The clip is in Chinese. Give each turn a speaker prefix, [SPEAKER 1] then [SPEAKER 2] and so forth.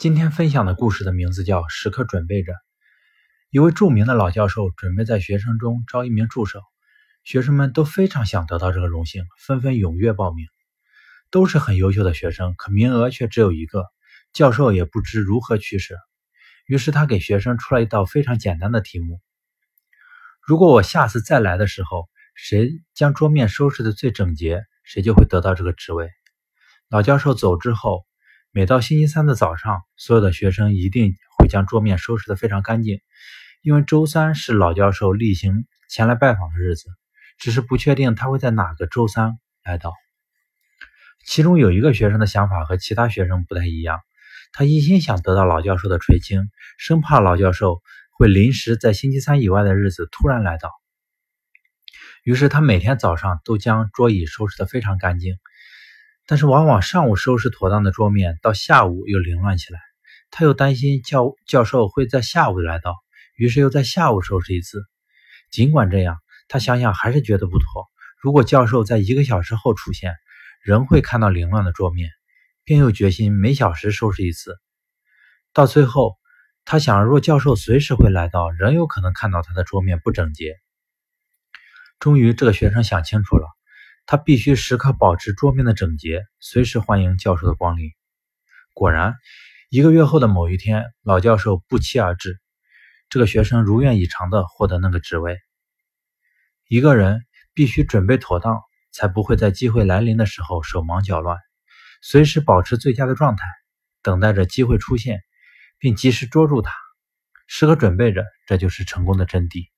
[SPEAKER 1] 今天分享的故事的名字叫《时刻准备着》。一位著名的老教授准备在学生中招一名助手，学生们都非常想得到这个荣幸，纷纷踊跃报名。都是很优秀的学生，可名额却只有一个，教授也不知如何取舍。于是他给学生出了一道非常简单的题目：如果我下次再来的时候，谁将桌面收拾得最整洁，谁就会得到这个职位。老教授走之后，每到星期三的早上，所有的学生一定会将桌面收拾得非常干净，因为周三是老教授例行前来拜访的日子，只是不确定他会在哪个周三来到。其中有一个学生的想法和其他学生不太一样，他一心想得到老教授的垂青，生怕老教授会临时在星期三以外的日子突然来到。于是他每天早上都将桌椅收拾得非常干净，但是往往上午收拾妥当的桌面，到下午又凌乱起来。他又担心教授会在下午来到，于是又在下午收拾一次。尽管这样，他想想还是觉得不妥，如果教授在1个小时后出现，仍会看到凌乱的桌面，便又决心每小时收拾一次。到最后，他想若教授随时会来到，仍有可能看到他的桌面不整洁。终于这个学生想清楚了，他必须时刻保持桌面的整洁，随时欢迎教授的光临。果然，1个月后的某一天，老教授不期而至，这个学生如愿以偿地获得那个职位。一个人必须准备妥当，才不会在机会来临的时候手忙脚乱，随时保持最佳的状态，等待着机会出现，并及时捉住它。时刻准备着，这就是成功的真谛。